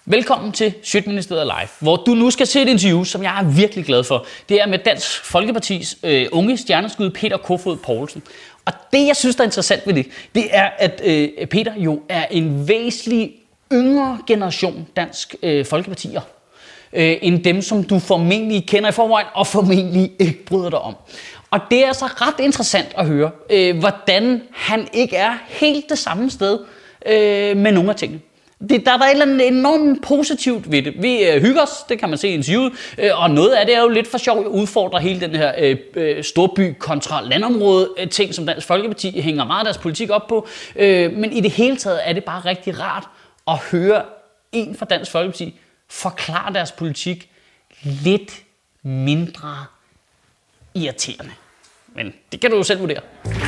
Velkommen til Sjøtministeriet Live, hvor du nu skal se et interview, som jeg er virkelig glad for. Det er med Dansk Folkepartis unge stjerneskud Peter Kofod Poulsen. Og det, jeg synes, der er interessant ved det er, at Peter jo er en væsentlig yngre generation Dansk Folkepartier, end dem, som du formentlig kender i forvejen, og formentlig ikke bryder dig om. Og det er altså ret interessant at høre, hvordan han ikke er helt det samme sted med nogle af tingene. Der er et eller andet enormt positivt ved det. Vi hygger os, det kan man se i interviewet, og noget af det er jo lidt for sjovt at udfordre hele den her storby kontra landområde ting, som Dansk Folkeparti hænger meget af deres politik op på. Men i det hele taget er det bare rigtig rart at høre en fra Dansk Folkeparti forklare deres politik lidt mindre irriterende. Men det kan du jo selv vurdere.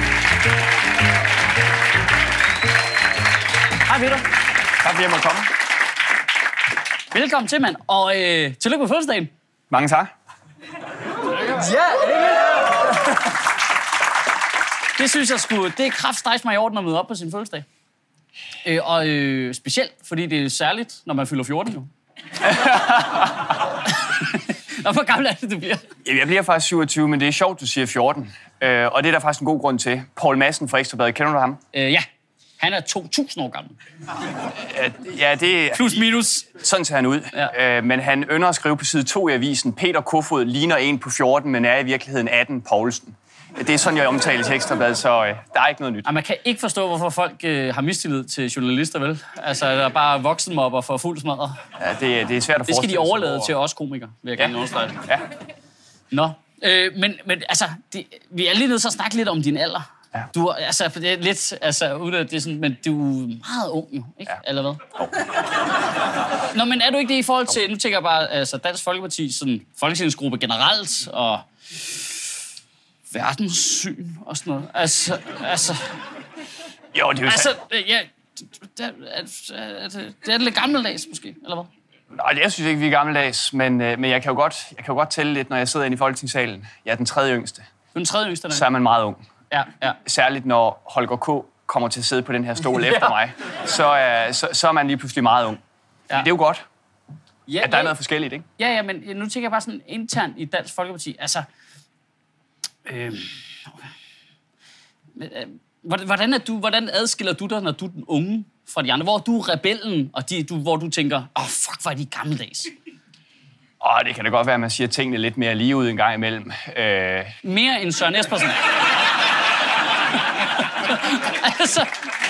Hej Peter. Tak fordi jeg måtte komme. Velkommen til, mand. Og tillykke med fødselsdagen. Mange tak. Ja, det synes jeg skulle. Det er kraftstejs mig i orden at møde op på sin fødselsdag. Og specielt, fordi det er særligt, når man fylder 14 nu. Nå, hvor gammel er det, du bliver? Jeg bliver faktisk 27, men det er sjovt, du siger 14. Og det er der faktisk en god grund til. Poul Madsen fra Ekstra Bladet, kender du ham? Ja. Han er 2000 år gammel. Ja, det er... Plus minus. Sådan ser han ud. Ja. Men han ynder at skrive på side 2 i avisen, Peter Kofod ligner en på 14, men er i virkeligheden 18 Poulsen. Det er sådan, jeg omtaler til Ekstra Bladet, så der er ikke noget nyt. Man kan ikke forstå, hvorfor folk har mistillid til journalister, vel? Altså, der er bare voksenmobber for fuld smadret. Ja, det er svært at forestille. Det skal de overlade til os komikere, vil jeg gerne understrege. Ja. Nå, men altså, vi er lige nødt til at snakke lidt om din alder. Ja. Du er, altså, det er lidt, altså, uden at det er sådan, men du er meget ung jo, ikke? Ja. Eller hvad? Nå, men er du ikke det i forhold til, nu tænker jeg bare, altså, Dansk Folkeparti, sådan, folketingsgruppe generelt, og verdenssyn og sådan noget. Altså... Jo, det er jo altså, ja, det er lidt gammeldags, måske, eller hvad? Nej, jeg synes ikke, vi er gammeldags, men jeg kan jo godt tælle lidt, når jeg sidder inde i Folketingssalen. Jeg er den tredje yngste. Du er den tredje yngste, der? Så er man meget ung. Ja. Særligt når Holger K. kommer til at sidde på den her stol efter mig, så er man lige pludselig meget ung. Ja. Det er jo godt, at der er noget forskelligt, ikke? Ja, men nu tænker jeg bare sådan internt i Dansk Folkeparti. Altså, hvordan adskiller du dig, når du er den unge fra de andre? Hvor er du rebellen, og hvor du tænker, fuck, hvor er de gammeldags? Det kan da godt være, at man siger tingene lidt mere lige ud en gang imellem. Mere end Søren Espersen. Altså...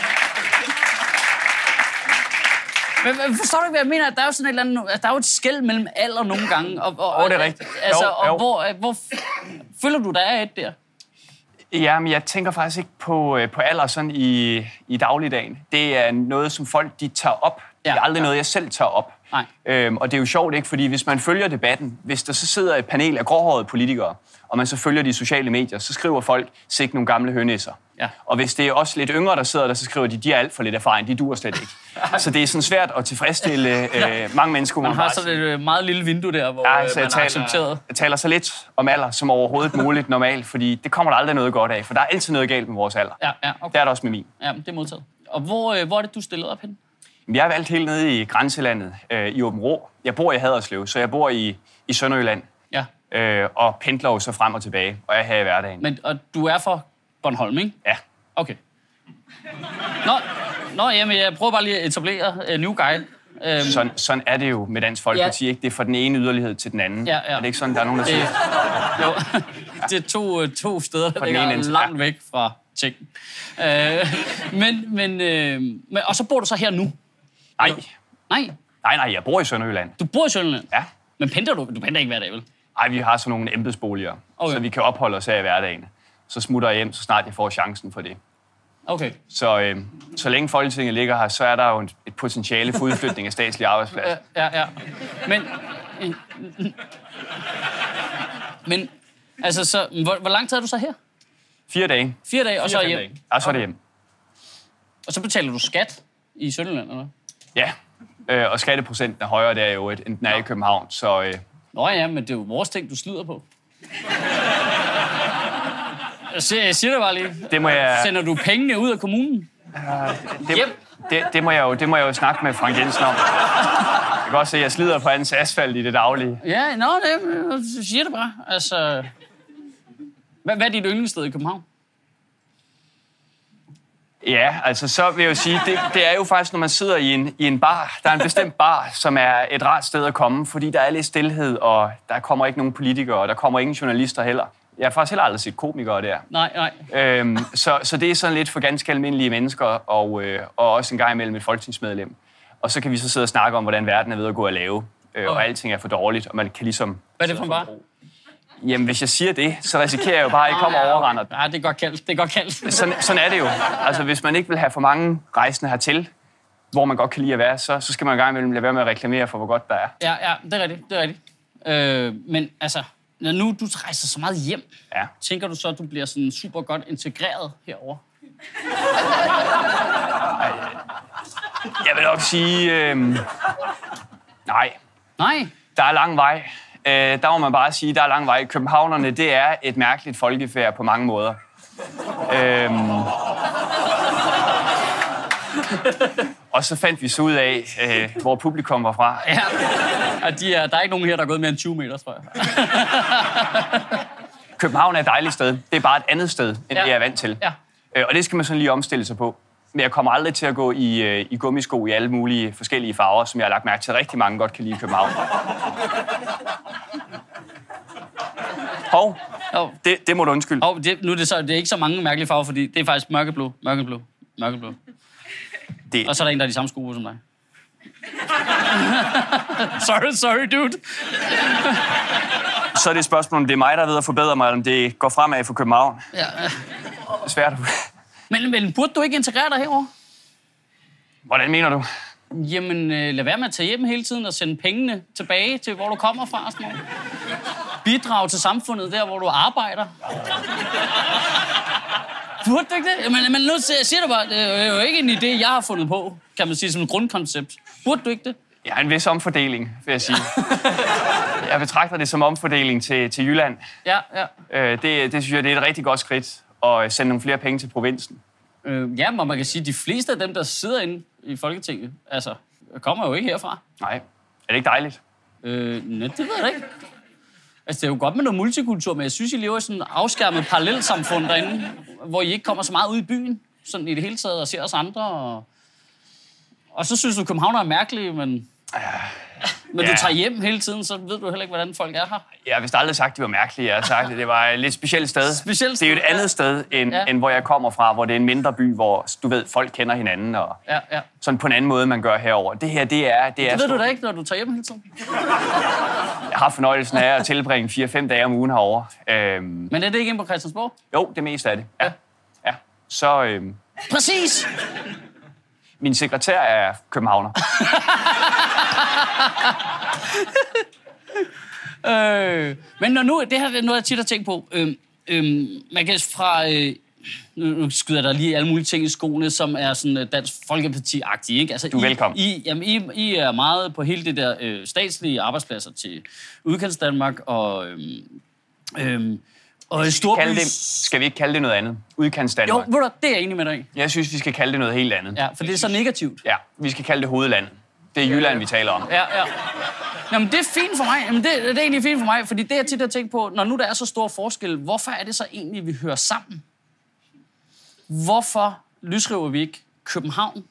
Men forstår du ikke, hvad jeg mener? Der er jo sådan et eller andet... Der er jo et skel mellem alder nogle gange. Det er rigtigt. Altså, og hvor føler du, der er et der? Jamen, jeg tænker faktisk ikke på alder sådan i dagligdagen. Det er noget, som folk de tager op. Det er aldrig noget, jeg selv tager op. Og det er jo sjovt, ikke? Fordi hvis man følger debatten, hvis der så sidder et panel af gråhårede politikere, og man så følger de sociale medier, så skriver folk sikkert nogle gamle hønisser. Ja. Og hvis det er også lidt yngre, der sidder der, så skriver de er alt for lidt erfaring, de duer slet ikke. Så det er sådan svært at tilfredsstille mange mennesker. Man har sådan et meget lille vindue der, hvor man har accepteret. Jeg taler så lidt om alder som overhovedet muligt normalt, fordi det kommer der aldrig noget godt af, for der er altid noget galt med vores alder. Ja, okay. Det er der også med min. Ja, det er modtaget. Og hvor er det, du stillede op hen? Jeg er valgt helt nede i grænselandet i Aabenraa. Jeg bor i Haderslev, så jeg bor i Sønderjylland. Ja. Og pendler jo så frem og tilbage, og jeg er her i hverdagen. Og du er fra Bornholm, ikke? Ja. Okay. Jamen, jeg prøver bare lige at etablere New Guide. Sådan er det jo med Dansk Folkeparti, ikke? Det er fra den ene yderlighed til den anden. Ja. Er det ikke sådan, der er nogen, der siger? Jo, det er to steder, der ligger langt væk fra tingen. Og så bor du så her nu? Nej, jeg bor i Sønderjylland. Du bor i Sønderjylland? Ja. Men pendler du? Du pendler ikke hver dag, vel? Nej, vi har sådan nogle embedsboliger, så vi kan opholde os her i hverdagen. Så smutter jeg hjem, så snart jeg får chancen for det. Okay. Så længe Folketinget ligger her, så er der jo et potentiale for udflytning af statslige arbejdspladser. Ja. Men altså, så, hvor lang tid er du så her? 4 dage. 4 dage, og så er hjem? Ja, så er det hjem. Og så betaler du skat i Sønderjylland, eller? Ja, og skatteprocenten er højere der jo, end den er i København, så... Nå ja, men det er jo vores ting, du slider på. Jeg siger det bare lige. Det må jeg... Sender du pengene ud af kommunen? Det må jeg jo snakke med Frank Jensen om. kan godt se, at jeg slider på hans asfalt i det daglige. Ja, det siger det bare. Altså, hvad er dit yndlingssted i København? Ja, altså så vil jeg jo sige, det er jo faktisk, når man sidder i en bar. Der er en bestemt bar, som er et rart sted at komme, fordi der er lidt stilhed, og der kommer ikke nogen politikere, og der kommer ingen journalister heller. Jeg har faktisk heller aldrig set komikere der. Nej. Så det er sådan lidt for ganske almindelige mennesker, og også en gang imellem et folketingsmedlem. Og så kan vi så sidde og snakke om, hvordan verden er ved at gå at lave, og alting er for dårligt, og man kan ligesom... Hvad er det for en bar? Jamen, hvis jeg siger det, så risikerer jeg jo bare, at I kommer og overrender. Ja, det er godt kaldt. Sådan er det jo. Altså, hvis man ikke vil have for mange rejsende hertil, hvor man godt kan lide at være, så skal man en gang imellem lade være med at reklamere for, hvor godt der er. Ja, det er rigtigt. Men altså, når nu du rejser så meget hjem, tænker du så, at du bliver sådan super godt integreret herover? Jeg vil nok sige... Nej. Nej? Der er lang vej. Der må man bare sige, der er lang vej. Københavnerne, det er et mærkeligt folkefærd på mange måder. Og så fandt vi så ud af, hvor publikum var fra. Ja, der er ikke nogen her, der er gået mere end 20 meter, tror jeg. København er et dejligt sted. Det er bare et andet sted, end det jeg er vant til. Ja. Og det skal man sådan lige omstille sig på. Men jeg kommer aldrig til at gå i gummisko i alle mulige forskellige farver, som jeg har lagt mærke til rigtig mange godt kan lide i København. Hov, det må du undskylde. Det er ikke så mange mærkelige farver, fordi det er faktisk mørkeblå. Og så er der en, der er de samme sko som dig. sorry, dude. Så er det et spørgsmål, om det er mig, der er ved at forbedre mig, eller om det går fremad for København. Ja. Svært. Men burde du ikke integrere dig herovre? Hvordan mener du? Jamen, lad være med at tage hjem hele tiden og sende pengene tilbage til, hvor du kommer fra. Og sådan noget. Bidrag til samfundet der, hvor du arbejder. Burde du ikke det? Men nu siger du bare, det er jo ikke en idé, jeg har fundet på, kan man sige, som et grundkoncept. Burde du ikke det? Ja, en vis omfordeling, vil jeg sige. Jeg betragter det som omfordeling til Jylland. Ja. Det synes jeg, det er et rigtig godt skridt at sende nogle flere penge til provinsen. Ja, men man kan sige, at de fleste af dem, der sidder inde i Folketinget, altså, kommer jo ikke herfra. Nej. Er det ikke dejligt? Nej, det ved jeg ikke. Altså, det er jo godt med noget multikultur, men jeg synes, I lever i sådan et afskærmet parallelsamfund derinde, hvor I ikke kommer så meget ud i byen, sådan i det hele taget, og ser os andre. Og så synes du, København er mærkelig, men... Men du tager hjem hele tiden, så ved du heller ikke, hvordan folk er her. Jeg har vist aldrig sagt, at de var mærkelige. Jeg har sagt, at det var et lidt specielt sted. Det er jo et andet sted, end hvor jeg kommer fra, hvor det er en mindre by, hvor du ved, folk kender hinanden. Og sådan på en anden måde, man gør herover. Det her, det er... Det ved du da ikke, når du tager hjem hele tiden. Jeg har fornøjelsen af at tilbringe 4-5 dage om ugen herovre. Men er det ikke inde på Christiansborg? Jo, det meste af det. Ja. Så... Præcis! Min sekretær er københavner. Men når nu, det her er noget, jeg tit har tænkt på. Man kan fra... Nu skyder der lige alle mulige ting i skoene, som er sådan Dansk Folkeparti-agtige, ikke? Altså, du er velkommen. I er meget på hele det der statslige arbejdspladser til Udkantsdanmark og skal vi ikke kalde det noget andet? Udkantsdanmark. Jo, det er jeg enig med dig i. Jeg synes, vi skal kalde det noget helt andet. Ja, for det er så negativt. Ja, vi skal kalde det hovedlandet. Det er Jylland, vi taler om. Ja. Jamen, det er fint for mig. Jamen, det er egentlig fint for mig, fordi det, jeg tit har tænkt på, når nu der er så stor forskel, hvorfor er det så egentlig, vi hører sammen? Hvorfor løsriver vi ikke København?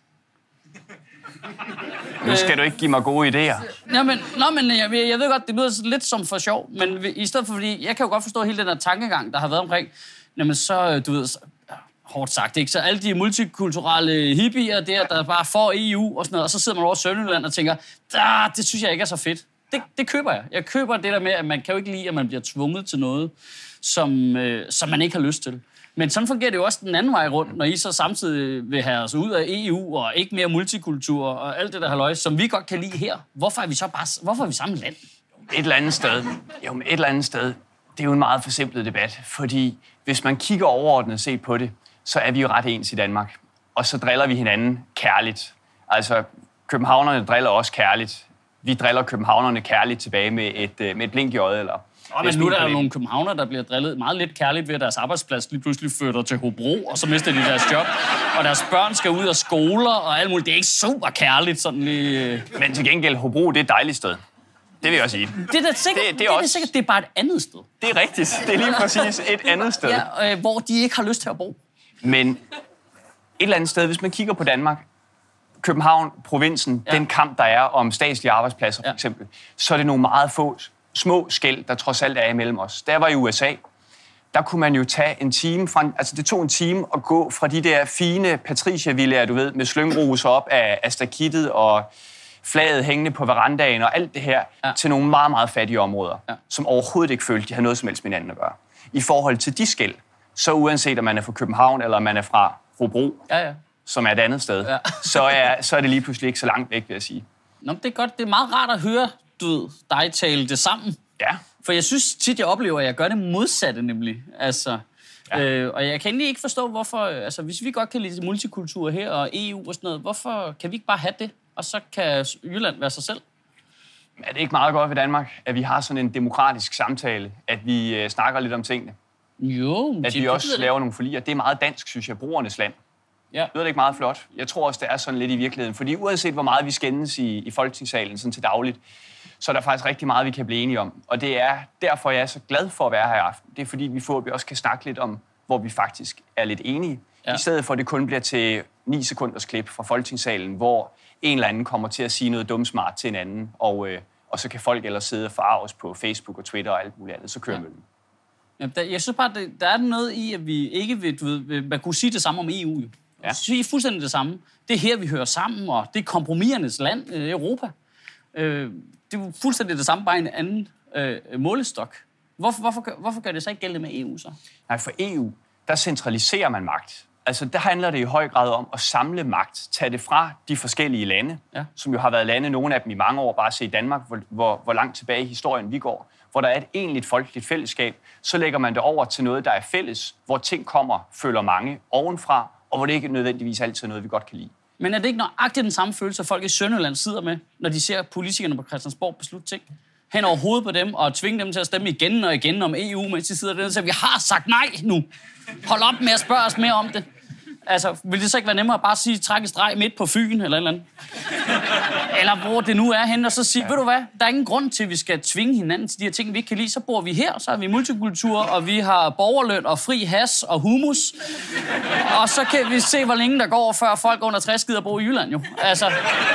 Nu skal du ikke give mig gode idéer. Men jeg ved godt, det lyder lidt som for sjov, men i stedet for, fordi jeg kan jo godt forstå hele den der tankegang, der har været omkring, jamen så, du ved, hårdt sagt, ikke? Så alle de multikulturelle hippier der bare får EU og sådan noget, og så sidder man over Sønderjylland og tænker, det synes jeg ikke er så fedt. Det køber jeg. Jeg køber det der med, at man kan jo ikke lide, at man bliver tvunget til noget, som man ikke har lyst til. Men sådan fungerer det jo også den anden vej rundt, når I så samtidig vil have os ud af EU og ikke mere multikultur og alt det der halløj, som vi godt kan lide her. Hvorfor er vi samme land? Et eller andet sted. Det er jo en meget forsimplet debat, fordi hvis man kigger overordnet set på det, så er vi jo ret ens i Danmark. Og så driller vi hinanden kærligt. Altså, københavnerne driller også kærligt. vi driller københavnerne kærligt tilbage med et blink i øjet, eller... Men nu er der jo nogle københavnere, der bliver drillet meget lidt kærligt ved, at deres arbejdsplads lige pludselig flytter til Hobro, og så mister de deres job. Og deres børn skal ud af skoler og alt muligt. Det er ikke super kærligt, sådan lige... Men til gengæld, Hobro, det er et dejligt sted. Det vil jeg sige. Det er da sikkert, det er bare et andet sted. Det er rigtigt. Det er lige præcis et andet sted. Ja, hvor de ikke har lyst til at bo. Men et eller andet sted, hvis man kigger på Danmark, København, provinsen, den kamp, der er om statslige arbejdspladser for eksempel, så er det nogle meget få små skel, der trods alt er imellem os. Da jeg var i USA, der kunne man jo tage en time fra... Altså, det tog en time at gå fra de der fine patriciervillaer, du ved, med slyngroser op af stakittet og flaget hængende på verandaen og alt det her, til nogle meget, meget fattige områder, som overhovedet ikke følte, de havde noget som helst med hinanden at gøre. I forhold til de skel, så uanset om man er fra København eller man er fra Hobro, som er et andet sted, så er det lige pludselig ikke så langt væk, vil jeg sige. Nå, det er godt. Det er meget rart at høre, du ved, dig tale det sammen. Ja. For jeg synes tit, jeg oplever, at jeg gør det modsatte, nemlig. Altså, og jeg kan egentlig ikke forstå, hvorfor... Altså, hvis vi godt kan lide multikultur her og EU og sådan noget, hvorfor kan vi ikke bare have det? Og så kan Jylland være sig selv? Er det ikke meget godt ved Danmark, at vi har sådan en demokratisk samtale? At vi snakker lidt om tingene? Jo. At vi også laver nogle forliger. Det er meget dansk, synes jeg, brugernes land. Ja. Det er ikke meget flot. Jeg tror også, det er sådan lidt i virkeligheden. Fordi uanset hvor meget vi skændes i Folketingssalen sådan til dagligt, så er der faktisk rigtig meget, vi kan blive enige om. Og det er derfor, jeg er så glad for at være her i aften. Det er fordi, vi forhåbentlig også kan snakke lidt om, hvor vi faktisk er lidt enige. Ja. I stedet for, at det kun bliver til 9 sekunders klip fra Folketingssalen, hvor en eller anden kommer til at sige noget dumsmart til en anden, og så kan folk ellers sidde og farves på Facebook og Twitter og alt muligt andet. Så kører møllen. Ja, jeg synes bare, der er noget i, at vi ikke vil... Man kunne sige det samme om EU, jo. Ja. Sige fuldstændig det samme. Det er her, vi hører sammen, og det er kompromisernes land, Europa. Det er jo fuldstændig det samme, bare en anden målestok. Hvorfor gør det så ikke gældende med EU så? Nej, for EU, der centraliserer man magt. Altså, der handler det i høj grad om at samle magt, tage det fra de forskellige lande, som jo har været lande, nogle af dem i mange år, bare se i Danmark, hvor langt tilbage i historien vi går, hvor der er et egentligt folkeligt fællesskab, så lægger man det over til noget, der er fælles, hvor ting følger mange ovenfra, og hvor det ikke nødvendigvis altid er noget, vi godt kan lide. Men er det ikke nøjagtigt den samme følelse, folk i Sønderjylland sidder med, når de ser politikerne på Christiansborg beslutte ting? Hen over hovedet på dem og tvinge dem til at stemme igen og igen om EU, mens de sidder der og siger, vi har sagt nej nu. Hold op med at spørge os mere om det. Altså, vil det så ikke være nemmere at bare sige, trække streg midt på Fyn eller et eller andet? Eller hvor det nu er henne, og så sige, ved du hvad, der er ingen grund til, at vi skal tvinge hinanden til de her ting, vi ikke kan lide. Så bor vi her, så har vi multikultur, og vi har borgerløn og fri has og humus. Og så kan vi se, hvor længe der går, før folk under 60 gider bo i Jylland, jo. Altså,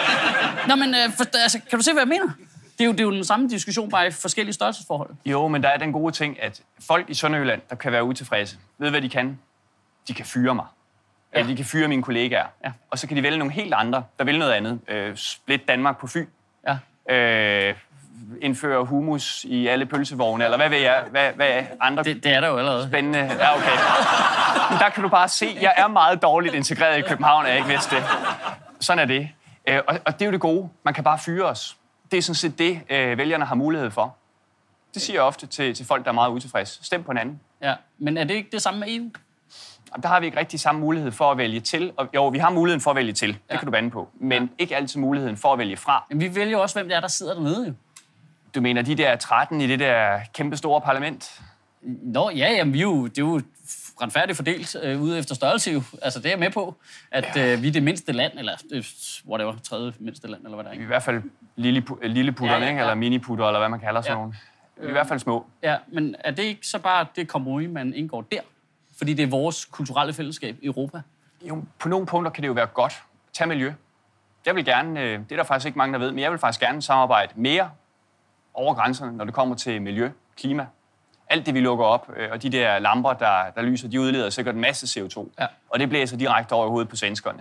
kan du se, hvad jeg mener? Det er jo den samme diskussion, bare i forskellige størrelsesforhold. Jo, men der er den gode ting, at folk i Sønderjylland, der kan være utilfredse, ved hvad de kan? De kan fyre mig. Ja. De kan fyre mine kollegaer. Ja. Og så kan de vælge nogle helt andre, der vil noget andet. Split Danmark på Fyn. Ja. Indføre humus i alle pølsevogne, eller hvad ved jeg? Hvad andre... Det er der jo allerede. Spændende. Ja, okay. Men der kan du bare se, jeg er meget dårligt integreret i København, jeg ikke vidste det. Sådan er det. Og det er jo det gode. Man kan bare fyre os. Det er sådan set det, vælgerne har mulighed for. Det siger jeg ofte til folk, der er meget utilfredse. Stem på en anden. Ja, men er det ikke det samme med EU? Der har vi ikke rigtig samme mulighed for at vælge til. Jo, vi har muligheden for at vælge til. Det kan du bande på. Men ikke altid muligheden for at vælge fra. Men vi vælger også, hvem det er, der sidder dernede, jo. Du mener, de der 13 i det der kæmpe store parlament? Nå, ja, jamen, det er jo retfærdigt fordelt ude efter størrelse, jo. Altså, det er jeg med på, at vi er det mindste land, eller whatever, tredje mindste land, eller hvad der er. Vi er i hvert fald lilleputterne, ikke? Eller miniputter, eller hvad man kalder sådan nogle. Vi er i hvert fald små. Ja, men er det ikke så bare det kompromis, man indgår der? Fordi det er vores kulturelle fællesskab i Europa. Jo, på nogle punkter kan det jo være godt. Tag miljø. Jeg vil gerne, det er der faktisk ikke mange, der ved, men jeg vil faktisk gerne samarbejde mere over grænserne, når det kommer til miljø, klima. Alt det, vi lukker op, og de der lamper, der lyser, de udleder sikkert en masse CO2. Ja. Og det blæser direkte over i hovedet på svenskerne.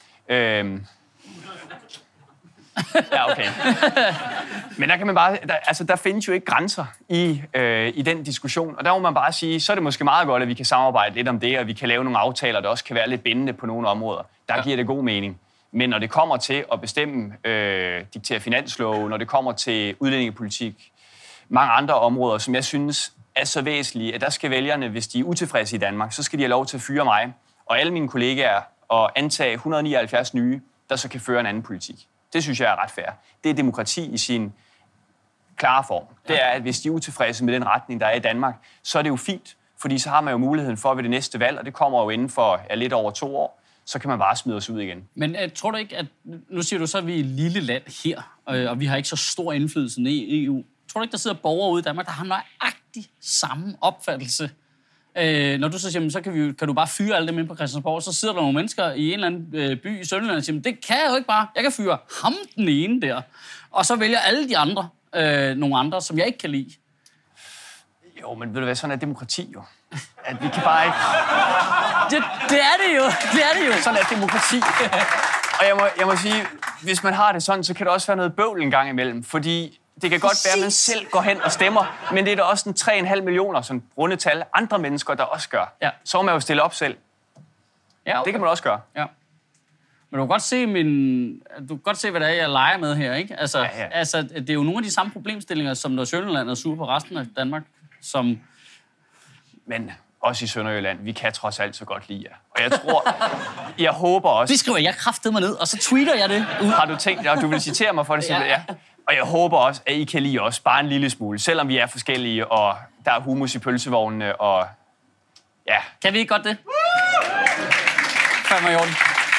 Ja, okay. Men der kan man bare, der findes jo ikke grænser i den diskussion, og der må man bare sige, så er det måske meget godt, at vi kan samarbejde lidt om det, og vi kan lave nogle aftaler, der også kan være lidt bindende på nogle områder. Der giver det god mening. Men når det kommer til at bestemme, diktere finanslove, når det kommer til udlændingepolitik, mange andre områder, som jeg synes er så væsentlige, at der skal vælgerne, hvis de er utilfredse i Danmark, så skal de have lov til at fyre mig og alle mine kollegaer og antage 179 nye, der så kan føre en anden politik. Det synes jeg er ret fair. Det er demokrati i sin klare form. Det er, at hvis de er utilfredse med den retning, der er i Danmark, så er det jo fint, fordi så har man jo muligheden for ved det næste valg, og det kommer jo inden for lidt over 2 år, så kan man bare smide os ud igen. Men tror du ikke, at nu siger du så, at vi er et lille land her, og vi har ikke så stor indflydelse i EU. Tror du ikke, der sidder borgere ude i Danmark, der har nøjagtig samme opfattelse? Når du så siger, så kan du bare fyre alle dem ind på Christiansborg, så sidder der nogle mennesker i en eller anden by i Sønderjylland og siger, det kan jeg jo ikke bare. Jeg kan fyre ham den ene der. Og så vælger alle de andre nogle andre, som jeg ikke kan lide. Jo, men ved du hvad, sådan er demokrati jo. At vi kan bare ikke... Det er det jo. Det er det jo. Sådan er demokrati. Og jeg må sige, hvis man har det sådan, så kan det også være noget bøvl en gang imellem, fordi det kan godt være, at man selv går hen og stemmer, men det er der også 3,5 millioner sådan runde tal andre mennesker, der også gør. Ja. Så må man jo stille op selv. Ja, okay. Det kan man også gøre. Ja. Men du kan godt se, hvad det er, jeg leger med her, ikke? Altså, det er jo nogle af de samme problemstillinger, som når Sønderjylland er sur på resten af Danmark, som... Men også i Sønderjylland, vi kan trods alt så godt lide jer. Og jeg håber også... Det skriver jeg kraftedeme mig ned, og så tweeter jeg det ud. Har du tænkt, du vil citere mig for det? Ja. Og jeg håber også, at I kan lide os bare en lille smule, selvom vi er forskellige, og der er hummus i pølsevognene, og ja. Kan vi ikke godt det? Før mig i orden.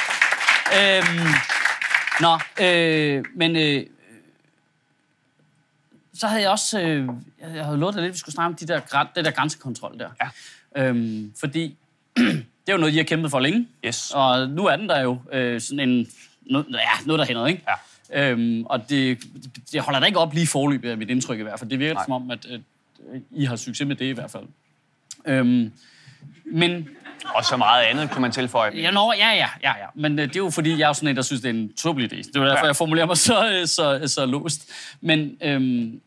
Så havde jeg også... jeg havde lovet dig lidt, at vi skulle snakke om det der grænsekontrol der. Ja. Fordi det er jo noget, I har kæmpet for længe. Yes. Og nu er den der jo sådan noget der hænder, ikke? Ja. Og det holder da ikke op lige forløbet af mit indtryk i hvert fald. Det virker som om, at I har succes med det i hvert fald. Men... Og så meget andet, kunne man tilføje. Ja. Men det er jo fordi, jeg er jo sådan en, der synes, det er en tåbelig idé. Det er derfor, jeg formulerer mig så låst. Men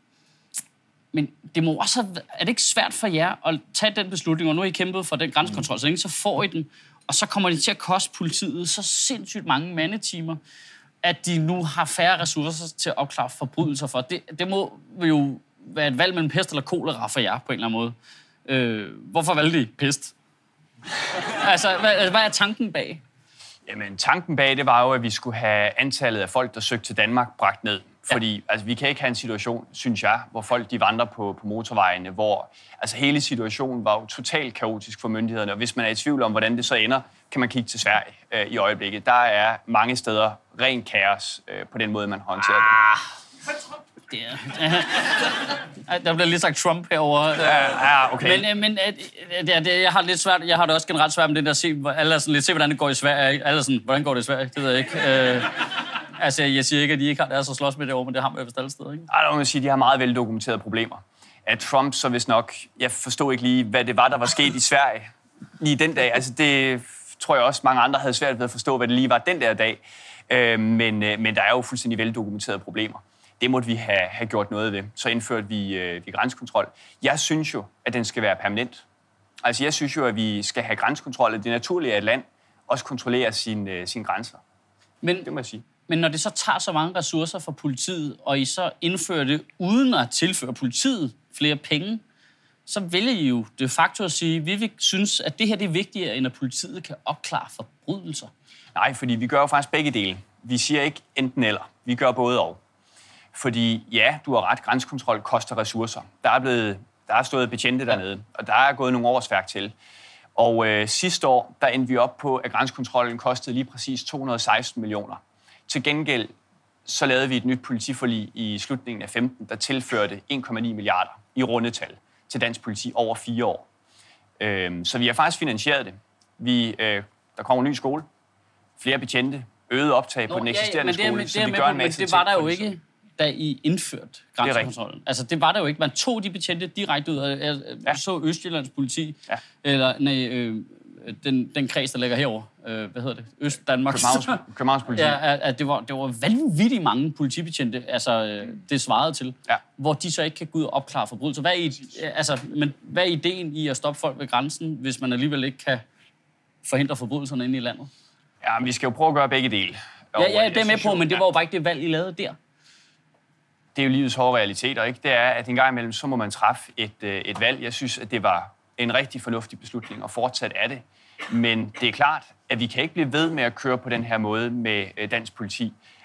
det må også er det ikke svært for jer at tage den beslutning, og nu har I kæmpet for den grænsekontrol, så får I den, og så kommer det til at koste politiet så sindssygt mange mandetimer, at de nu har færre ressourcer til at opklare forbrydelser for. Det må jo være et valg mellem pest eller kolera for jer, på en eller anden måde. Hvorfor valgte I pest? Altså, hvad er tanken bag? Jamen, tanken bag det var jo, at vi skulle have antallet af folk, der søgte til Danmark, bragt ned. Fordi vi kan ikke have en situation, synes jeg, hvor folk de vandrer på motorvejene, hvor hele situationen var jo totalt kaotisk for myndighederne. Og hvis man er i tvivl om, hvordan det så ender, kan man kigge til Sverige i øjeblikket. Der er mange steder ren kaos på den måde, man håndterer det. Der bliver lige sagt Trump herovre. Ja, okay. Men jeg har lidt svært. Jeg har det også generelt svært med det der se hvordan det går i Sverige. Alle sådan, hvordan går det i Sverige? Det ved jeg ikke. Jeg siger ikke, at de ikke har deres at slås med det over, men det har man jo vist alle steder, ikke? Ej, må man sige, at de har meget veldokumenterede problemer. At Trump så vist nok... Jeg forstod ikke lige, hvad det var, der var sket i Sverige lige den dag. Det tror jeg også, mange andre havde svært ved at forstå, hvad det lige var den der dag. Men der er jo fuldstændig veldokumenterede problemer. Det måtte vi have gjort noget ved. Så indførte vi grænsekontrol. Jeg synes jo, at den skal være permanent. Jeg synes jo, at vi skal have grænsekontrol. Det er naturligt, at et land også kontrollerer sine grænser. Det må jeg sige. Men når det så tager så mange ressourcer fra politiet, og I så indfører det uden at tilføre politiet flere penge, så vælger I jo de facto at sige, at vi synes, at det her det er vigtigere, end at politiet kan opklare forbrydelser. Nej, fordi vi gør jo faktisk begge dele. Vi siger ikke enten eller. Vi gør både og. Fordi ja, du har ret, grænsekontrol koster ressourcer. Der er stået betjente dernede, og der er gået nogle årsværk til. Og sidste år, der endte vi op på, at grænsekontrollen kostede lige præcis 216 millioner. Til gengæld, så lavede vi et nyt politiforlig i slutningen af 15, der tilførte 1,9 milliarder i rundetal til dansk politi over 4 år. Så vi har faktisk finansieret det. Der kommer en ny skole, flere betjente, øget optag på den eksisterende skole, så vi gør en masse ting. Men det var der jo ikke, da I indførte grænsekontrollen. Det var der jo ikke. Man tog de betjente direkte ud af så Østjyllands politi, eller den kreds, der ligger herovre. Hvad hedder det? Øst-Danmarks. Københavns politi. At det var vanvittigt mange politibetjente, det svarede til, hvor de så ikke kan gå ud og opklare forbrydelser. Hvad er ideen i at stoppe folk ved grænsen, hvis man alligevel ikke kan forhindre forbrydelserne inde i landet? Ja, men vi skal jo prøve at gøre begge dele. Ja, det er med på, men det var jo bare ikke det valg, I lavede der. Det er jo livets hårde realiteter, ikke? Det er, at en gang imellem, så må man træffe et valg. Jeg synes, at det var en rigtig fornuftig beslutning, og fortsat er det. Men det er klart, at vi kan ikke blive ved med at køre på den her måde med dansk politi.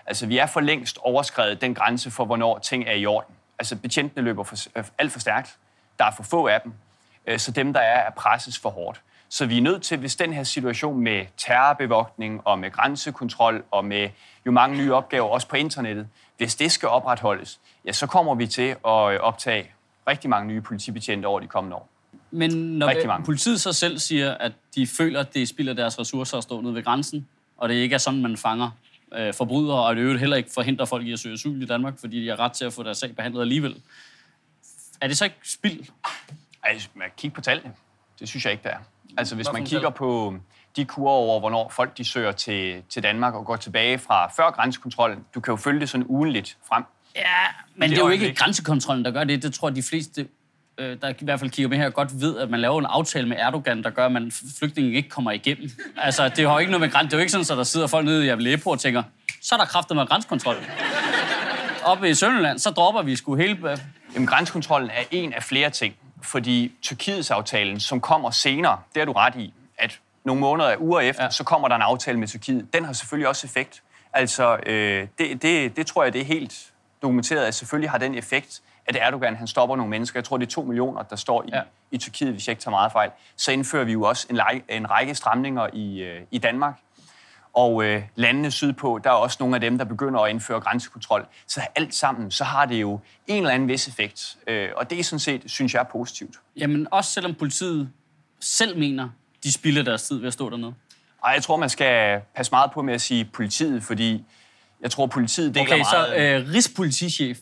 Altså, vi er for længst overskredet den grænse for, hvornår ting er i orden. Altså, betjentene løber alt for stærkt. Der er for få af dem. Så dem, der er presses for hårdt. Så vi er nødt til, hvis den her situation med terrorbevogtning og med grænsekontrol og med jo mange nye opgaver, også på internettet, hvis det skal opretholdes, ja, så kommer vi til at optage rigtig mange nye politibetjente over de kommende år. Men når politiet så selv siger, at de føler, at det spilder deres ressourcer at stå nede ved grænsen, og det ikke er sådan, man fanger forbrydere, og det øvrigt heller ikke forhindrer folk i at søge asyl i Danmark, fordi de har ret til at få deres sag behandlet alligevel. Er det så ikke spild? Altså, man kigger på tallene. Det synes jeg ikke, det er. Altså, hvis man kigger på de kurver over, hvornår folk de søger til Danmark og går tilbage fra før grænsekontrollen, du kan jo følge det sådan ugenligt frem. Ja, men det er jo ikke grænsekontrollen, der gør det. Det tror jeg, de fleste, der i hvert fald kigger med her, godt ved, at man laver en aftale med Erdogan, der gør, at flygtningen ikke kommer igennem. Altså, det har jo ikke noget med grænse. Det er jo ikke sådan, at der sidder folk nede i Aleppo og tænker, så er der kraftigt med grænsekontrol. Oppe i Sønderjylland, så dropper vi sgu hele... Jamen, grænsekontrollen er en af flere ting. Fordi Tyrkiets aftalen, som kommer senere, det er du ret i, at nogle måneder, uger efter, så kommer der en aftale med Tyrkiet. Den har selvfølgelig også effekt. Altså, det tror jeg, det er helt dokumenteret, at selvfølgelig har den effekt, at Erdogan han stopper nogle mennesker. Jeg tror, det er 2 millioner, der står i Tyrkiet, hvis jeg ikke tager meget fejl. Så indfører vi jo også en række stramninger i Danmark. Og landene sydpå, der er også nogle af dem, der begynder at indføre grænsekontrol. Så alt sammen, så har det jo en eller anden vis effekt. Og det er sådan set, synes jeg, er positivt. Jamen også selvom politiet selv mener, de spilder deres tid ved at stå dernede? Ej, jeg tror, man skal passe meget på med at sige politiet, fordi jeg tror, politiet deler meget... Okay, så Rigspolitichefen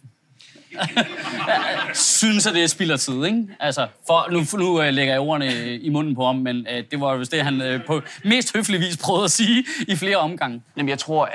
synes, at det er spildertid, ikke? Altså, nu lægger jeg ordene i munden på ham, men det var vist det, han på mest høflig vis prøvede at sige i flere omgange. Jamen, jeg tror,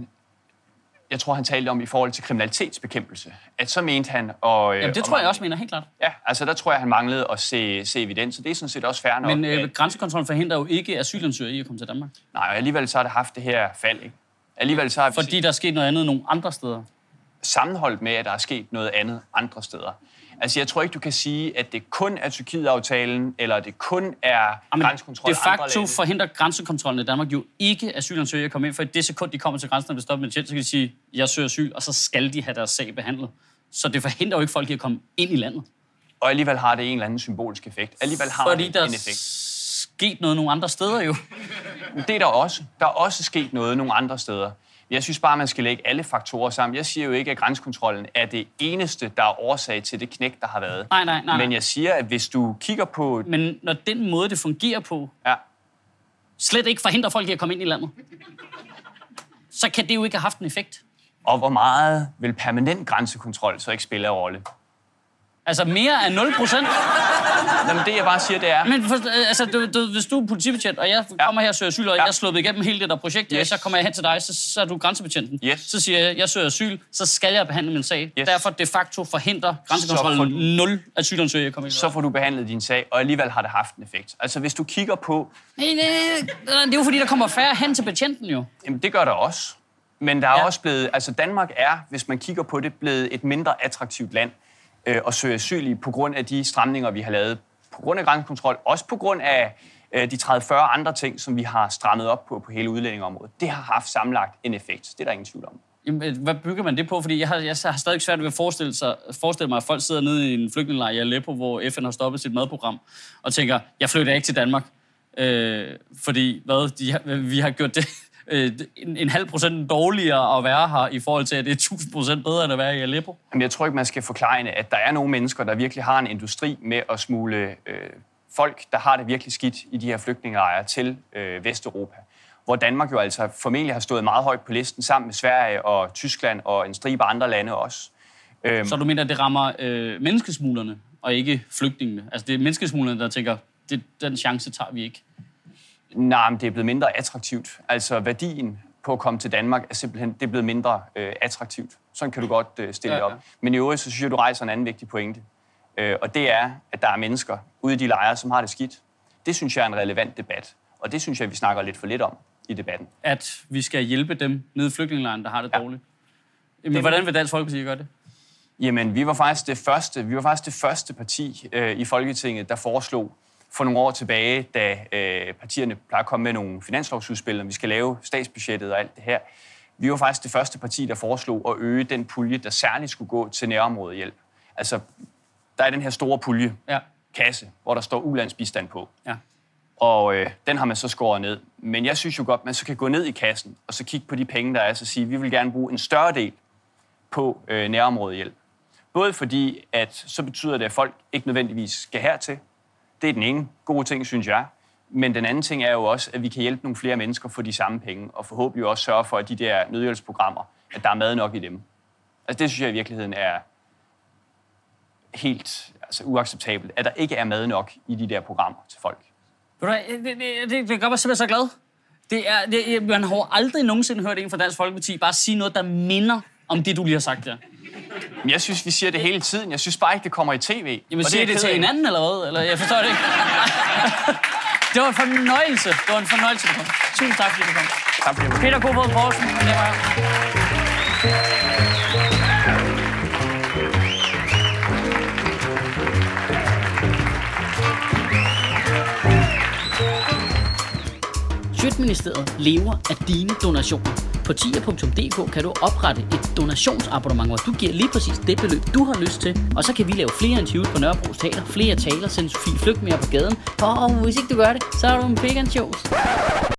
han talte om i forhold til kriminalitetsbekæmpelse. At så mente han... Jamen, det tror jeg også mener, helt klart. Ja, altså der tror jeg, han manglede at se evidens, så det er sådan set også fair nok. Men grænsekontrollen forhindrer jo ikke asylansøgere i at komme til Danmark. Nej, og alligevel så har det haft det her fald, ikke? Alligevel så har fordi der er sket noget andet nogle andre steder? Sammenholdt med, at der er sket noget andet andre steder. Altså, jeg tror ikke, du kan sige, at det kun er Tyrkiet-aftalen, eller det kun er grænsekontrol. De facto forhindrer grænsekontrollen i Danmark jo ikke asylansøgere at komme ind, for i det sekund, de kommer til grænsen og bliver stoppet med tjent, så kan de sige, jeg søger asyl, og så skal de have deres sag behandlet. Så det forhindrer jo ikke folk i at komme ind i landet. Og alligevel har det en eller anden symbolsk effekt. Alligevel har det en effekt. Fordi der sket noget nogle andre steder jo. Det er der også. Der er også sket noget nogle andre steder. Jeg synes bare, man skal lægge alle faktorer sammen. Jeg siger jo ikke, at grænsekontrollen er det eneste, der er årsag til det knæk, der har været. Nej. Men jeg siger, at hvis du kigger på... Men når den måde, det fungerer på, slet ikke forhindrer folk i at komme ind i landet, så kan det jo ikke have haft en effekt. Og hvor meget vil permanent grænsekontrol så ikke spille en rolle? Altså mere end 0%? Jamen, det jeg bare siger, det er... Men hvis du er politibetjent, og jeg kommer her og søger asyl, og jeg er sluppet igennem hele det der projekt, så kommer jeg hen til dig, så er du grænsebetjenten. Så siger jeg søger asyl, så skal jeg behandle min sag. Derfor de facto forhindrer grænsekontrollen 0 asylansøgere at komme ind. Så får du behandlet din sag, og alligevel har det haft en effekt. Altså, hvis du kigger på... Nej, det er jo fordi, der kommer færre hen til betjenten jo. Jamen, det gør der også. Men der er også blevet... Altså, Danmark er, hvis man kigger på det, blevet et mindre attraktivt land at søge asyl i, på grund af de stramninger, vi har lavet. På grund af grænsekontrol, også på grund af de 30-40 andre ting, som vi har strammet op på hele udlændingeområdet. Det har haft sammenlagt en effekt. Det er der ingen tvivl om. Jamen, hvad bygger man det på? Fordi jeg har stadig svært ved at forestille mig, at folk sidder nede i en flygtningelejr i Aleppo, hvor FN har stoppet sit madprogram, og tænker, jeg flytter ikke til Danmark. Fordi vi har gjort det 0,5% dårligere at være her, i forhold til, at det er 1000% bedre end at være i Aleppo? Jamen, jeg tror ikke, man skal forklare, at der er nogle mennesker, der virkelig har en industri med at smule folk, der har det virkelig skidt i de her flygtningelejre til Vesteuropa. Hvor Danmark jo altså formentlig har stået meget højt på listen, sammen med Sverige og Tyskland og en stribe andre lande også. Så du mener, at det rammer menneskesmuglerne, og ikke flygtningene? Altså, det er menneskesmuglerne, der tænker, den chance tager vi ikke. Nej, men det er blevet mindre attraktivt. Altså værdien på at komme til Danmark er simpelthen det er blevet mindre attraktivt. Sådan kan du godt stille det op. Men i øvrigt, så synes jeg, du rejser en anden vigtig pointe. Og det er, at der er mennesker ude i de lejre, som har det skidt. Det synes jeg er en relevant debat. Og det synes jeg, vi snakker lidt for lidt om i debatten. At vi skal hjælpe dem nede i flygtningelejren, der har det dårligt. Men hvordan vil Dansk Folkeparti gøre det? Jamen, vi var faktisk det første parti i Folketinget, der foreslog for nogle år tilbage, da partierne plejer at komme med nogle finanslovsudspil, og vi skal lave statsbudgettet og alt det her, Vi var faktisk det første parti, der foreslog at øge den pulje, der særligt skulle gå til nærområdehjælp. Altså, der er den her store pulje, kasse, hvor der står ulandsbistand på. Ja. Og den har man så skåret ned. Men jeg synes jo godt, man så kan gå ned i kassen, og så kigge på de penge, der er, så sige, vi vil gerne bruge en større del på nærområdehjælp. Både fordi, at så betyder det, at folk ikke nødvendigvis skal hertil. Det er den ene gode ting, synes jeg. Men den anden ting er jo også, at vi kan hjælpe nogle flere mennesker for de samme penge, og forhåbentlig også sørge for, at de der nødhjælpsprogrammer, at der er mad nok i dem. Altså det synes jeg i virkeligheden er helt uacceptabelt, at der ikke er mad nok i de der programmer til folk. Det gør mig simpelthen så glad. Man har aldrig nogensinde hørt en fra Dansk Folkeparti bare sige noget, der minder om det, du lige har sagt der. Men jeg synes, vi siger det hele tiden. Jeg synes bare ikke, det kommer i tv. Jamen siger det til hinanden, eller hvad? Eller, jeg forstår det ikke. Det var en fornøjelse. Det var en fornøjelse, du kom. Tusind tak, fordi du kom. Tak for det. Peter Kofod Poulsen, det var Sjøtministeriet lever af dine donationer. På tier.dk kan du oprette et donationsabonnement, hvor du giver lige præcis det beløb, du har lyst til. Og så kan vi lave flere interviews på Nørrebro Teater, flere taler, sende Sofie Flygt mere på gaden. Og hvis ikke du gør det, så er du en vegan shows.